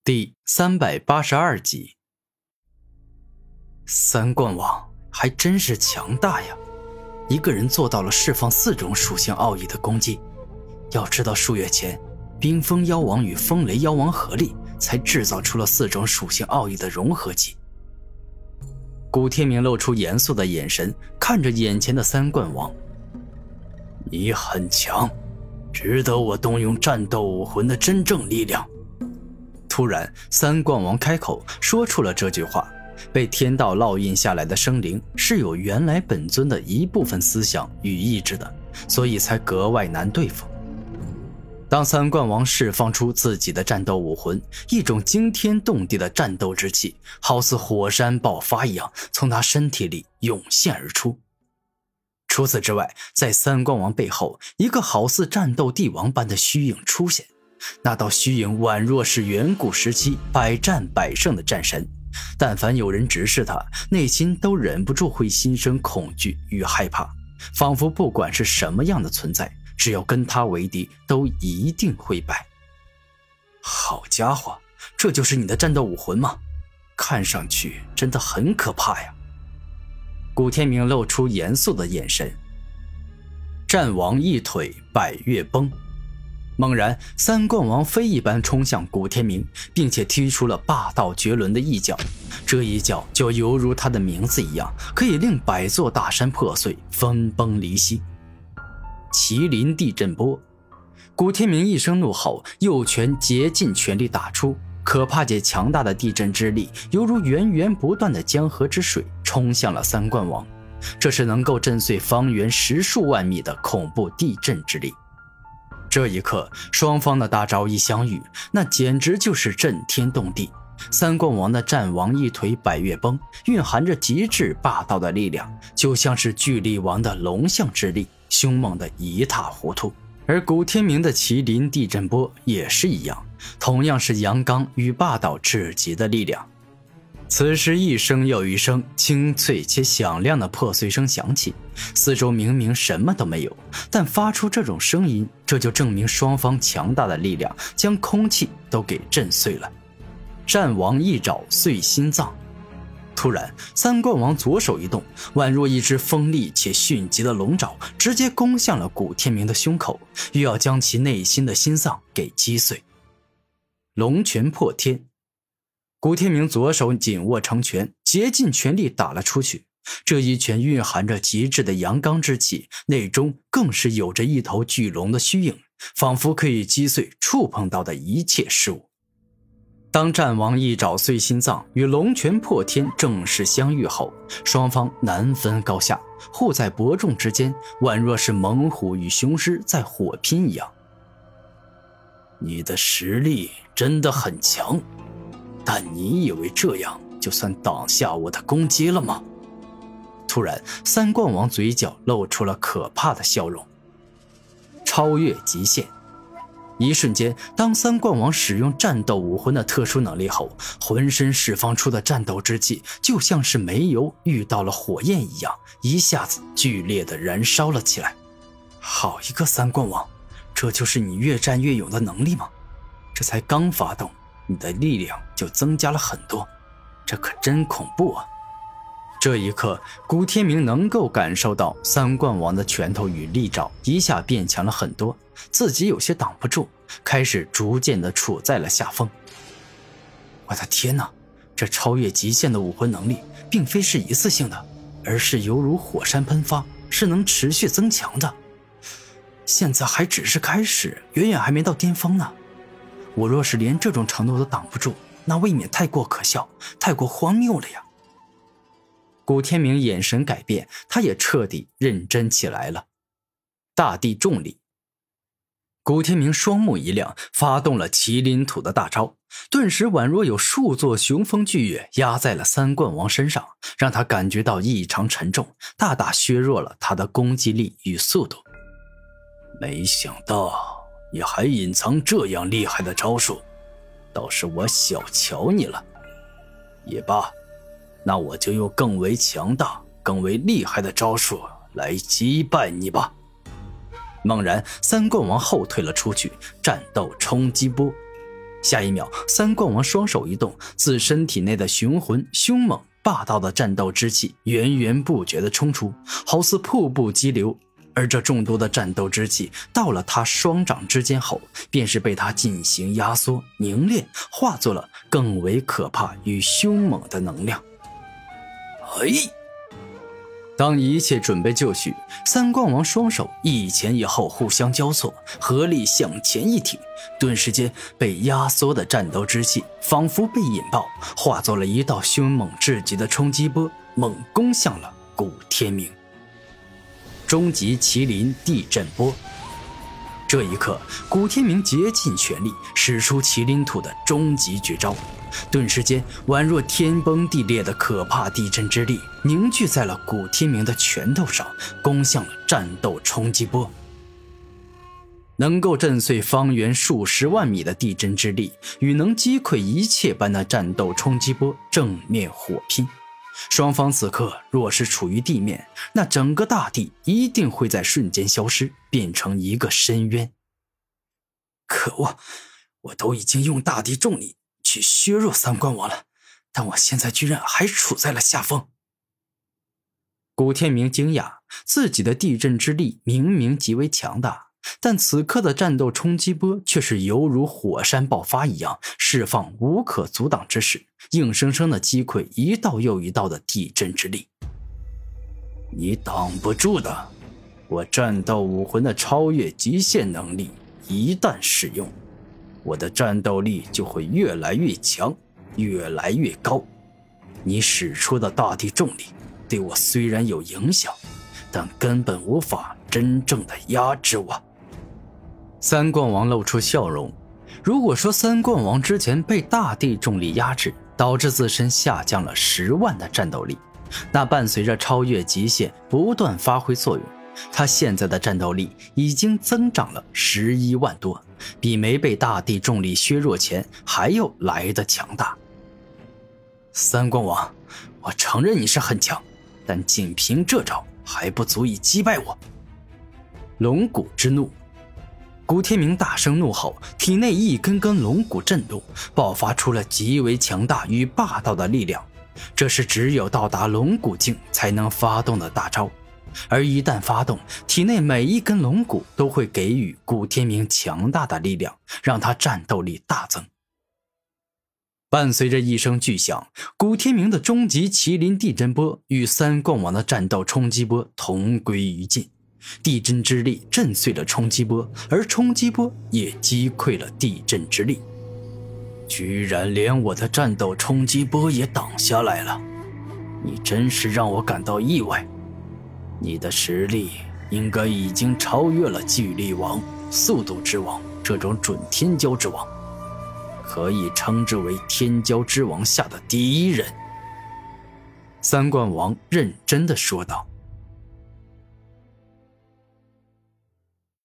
第382集。三冠王还真是强大呀，一个人做到了释放4种属性奥义的攻击。要知道数月前，冰封妖王与风雷妖王合力才制造出了4种属性奥义的融合技。古天明露出严肃的眼神，看着眼前的三冠王。你很强，值得我动用战斗武魂的真正力量。突然，三冠王开口说出了这句话。被天道烙印下来的生灵是有原来本尊的一部分思想与意志的，所以才格外难对付。当三冠王释放出自己的战斗武魂，一种惊天动地的战斗之气，好似火山爆发一样，从他身体里涌现而出。除此之外，在三冠王背后，一个好似战斗帝王般的虚影出现。那道虚影宛若是远古时期百战百胜的战神，但凡有人直视他，内心都忍不住会心生恐惧与害怕，仿佛不管是什么样的存在，只要跟他为敌，都一定会败。好家伙，这就是你的战斗武魂吗？看上去真的很可怕呀。古天明露出严肃的眼神。战王一腿百岳崩。猛然，三冠王飞一般冲向古天明，并且踢出了霸道绝伦的一脚。这一脚就犹如他的名字一样，可以令100座大山破碎，分崩离析。麒麟地震波。古天明一声怒吼，右拳竭尽全力打出，可怕且强大的地震之力犹如源源不断的江河之水，冲向了三冠王。这是能够震碎方圆10数万米的恐怖地震之力。这一刻，双方的大招一相遇，那简直就是震天动地。三冠王的战王一腿百岳崩，蕴含着极致霸道的力量，就像是巨力王的龙象之力，凶猛的一塌糊涂。而古天明的麒麟地震波也是一样，同样是阳刚与霸道至极的力量。此时一声又一声清脆且响亮的破碎声响起，四周明明什么都没有，但发出这种声音，这就证明双方强大的力量将空气都给震碎了。战王一爪碎心脏。突然，三冠王左手一动，宛若一只锋利且迅疾的龙爪，直接攻向了古天明的胸口，欲要将其内心的心脏给击碎。龙拳破天。古天明左手紧握成拳，竭尽全力打了出去。这一拳蕴含着极致的阳刚之气，内中更是有着一头巨龙的虚影，仿佛可以击碎触碰到的一切事物。当战王一爪碎心脏与龙拳破天正式相遇后，双方难分高下，护在伯仲之间，宛若是猛虎与雄狮在火拼一样。你的实力真的很强，但你以为这样就算挡下我的攻击了吗？突然，三冠王嘴角露出了可怕的笑容。超越极限。一瞬间，当三冠王使用战斗武魂的特殊能力后，浑身释放出的战斗之气就像是煤油遇到了火焰一样，一下子剧烈的燃烧了起来。好一个三冠王，这就是你越战越勇的能力吗？这才刚发动，你的力量就增加了很多，这可真恐怖啊！这一刻，古天明能够感受到三冠王的拳头与利爪一下变强了很多，自己有些挡不住，开始逐渐地处在了下风。我的天哪，这超越极限的武魂能力并非是一次性的，而是犹如火山喷发，是能持续增强的。现在还只是开始，远远还没到巅峰呢。我若是连这种程度都挡不住，那未免太过可笑，太过荒谬了呀。古天明眼神改变，他也彻底认真起来了。大地重力。古天明双目一亮，发动了麒麟土的大招，顿时宛若有数座雄风巨岳压在了三冠王身上，让他感觉到异常沉重，大大削弱了他的攻击力与速度。没想到你还隐藏这样厉害的招数，倒是我小瞧你了。也罢，那我就用更为强大、更为厉害的招数来击败你吧。猛然，三冠王后退了出去，战斗冲击波。 下一秒，三冠王双手一动，自身体内的雄浑、凶猛、霸道的战斗之气源源不绝地冲出，好似瀑布激流。而这众多的战斗之气到了他双掌之间后，便是被他进行压缩、凝练，化作了更为可怕与凶猛的能量。当一切准备就绪，三冠王双手一前一后互相交错，合力向前一挺，顿时间被压缩的战斗之气仿佛被引爆，化作了一道凶猛至极的冲击波，猛攻向了古天明。终极麒麟地震波。这一刻，古天明竭尽全力使出麒麟吐的终极绝招，顿时间宛若天崩地裂的可怕地震之力凝聚在了古天明的拳头上，攻向了战斗冲击波。能够震碎方圆数十万米的地震之力与能击溃一切般的战斗冲击波正面火拼，双方此刻若是处于地面，那整个大地一定会在瞬间消失，变成一个深渊。可恶，我都已经用大地重力去削弱三冠王了，但我现在居然还处在了下风。古天明惊讶，自己的地震之力明明极为强大，但此刻的战斗冲击波却是犹如火山爆发一样，释放无可阻挡之势，硬生生地击溃一道又一道的地震之力。你挡不住的，我战斗武魂的超越极限能力一旦使用，我的战斗力就会越来越强，越来越高。你使出的大地重力对我虽然有影响，但根本无法真正的压制我。三冠王露出笑容，如果说三冠王之前被大地重力压制，导致自身下降了10万的战斗力，那伴随着超越极限不断发挥作用，他现在的战斗力已经增长了11万多，比没被大地重力削弱前还要来得强大。三冠王，我承认你是很强，但仅凭这招还不足以击败我。龙骨之怒。古天明大声怒吼，体内一根根龙骨震动，爆发出了极为强大与霸道的力量，这是只有到达龙骨境才能发动的大招，而一旦发动，体内每一根龙骨都会给予古天明强大的力量，让他战斗力大增。伴随着一声巨响，古天明的终极麒麟地震波与三冠王的战斗冲击波同归于尽，地震之力震碎了冲击波，而冲击波也击溃了地震之力。居然连我的战斗冲击波也挡下来了，你真是让我感到意外。你的实力应该已经超越了巨力王、速度之王这种准天骄之王，可以称之为天骄之王下的第一人。三冠王认真地说道。